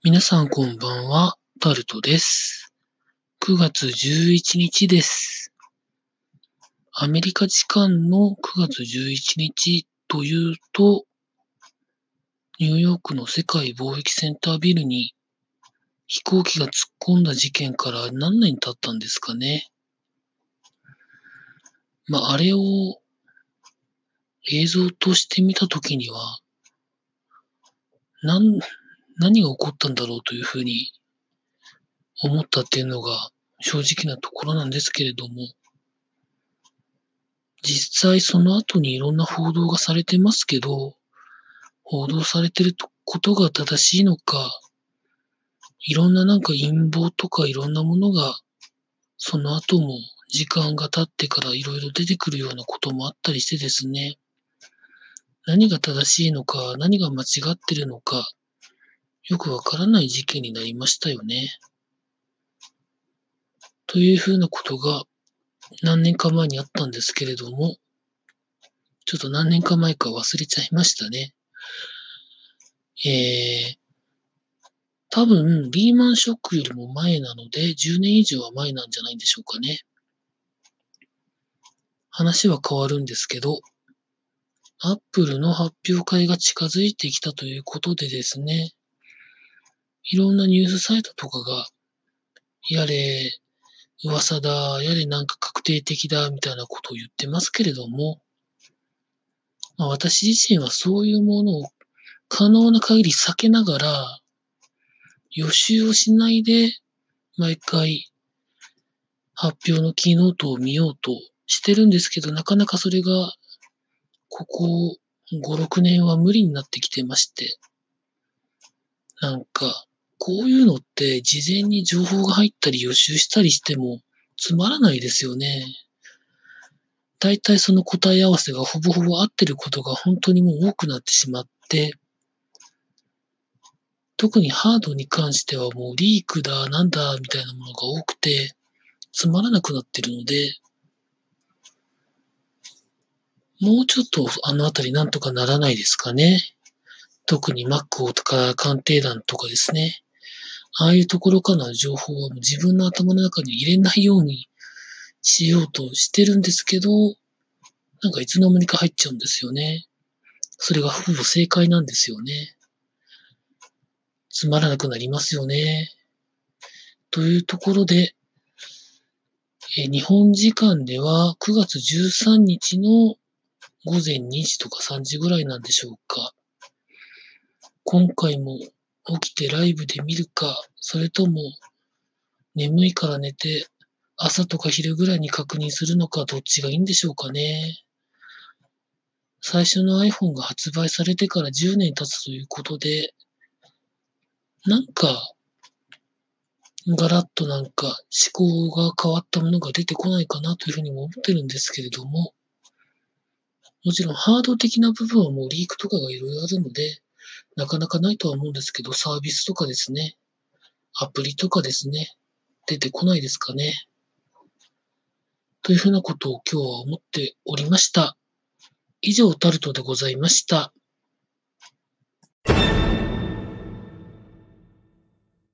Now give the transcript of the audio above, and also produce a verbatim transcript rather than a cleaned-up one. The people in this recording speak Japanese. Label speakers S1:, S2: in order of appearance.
S1: 皆さんこんばんは、タルトです。くがつじゅういちにちです。アメリカ時間のくがつじゅういちにちというと、ニューヨークの世界貿易センタービルに飛行機が突っ込んだ事件から何年経ったんですかね。まあ、あれを映像として見たときには、なん、何が起こったんだろうというふうに思ったっていうのが正直なところなんですけれども、実際その後にいろんな報道がされてますけど、報道されてることが正しいのか、いろんななんか陰謀とかいろんなものが、その後も時間が経ってからいろいろ出てくるようなこともあったりしてですね、何が正しいのか、何が間違ってるのか、よくわからない事件になりましたよね。というふうなことが何年か前にあったんですけれども、ちょっと何年か前か忘れちゃいましたね。えー、多分、リーマンショックよりも前なので、じゅうねん以上は前なんじゃないんでしょうかね。話は変わるんですけど、アップルの発表会が近づいてきたということでですね、いろんなニュースサイトとかが、やれ、噂だ、やれなんか確定的だ、みたいなことを言ってますけれども、まあ、私自身はそういうものを可能な限り避けながら、予習をしないで、毎回発表のキーノートを見ようとしてるんですけど、なかなかそれが、ここご、ろくねんは無理になってきてまして、なんか、こういうのって事前に情報が入ったり予習したりしてもつまらないですよね。だいたいその答え合わせがほぼほぼ合ってることが本当にもう多くなってしまって、特にハードに関してはもうリークだ、なんだ、みたいなものが多くて、つまらなくなってるので、もうちょっとあのあたりなんとかならないですかね。特に Mac とか鑑定団とかですね。ああいうところからの情報はもう自分の頭の中に入れないようにしようとしてるんですけど、なんかいつの間にか入っちゃうんですよね。それがほぼ正解なんですよね。つまらなくなりますよね。というところで、え日本時間ではくがつじゅうさんにちのごぜんにじとかさんじぐらいなんでしょうか。今回も起きてライブで見るか、それとも眠いから寝て朝とか昼ぐらいに確認するのかどっちがいいんでしょうかね。最初の iPhone が発売されてからじゅうねん経つということで、なんか、ガラッとなんか思考が変わったものが出てこないかなというふうにも思ってるんですけれども、もちろんハード的な部分はもうリークとかがいろいろあるので、なかなかないとは思うんですけど、サービスとかですね、アプリとかですね、出てこないですかね。というふうなことを今日は思っておりました。以上、タルトでございました。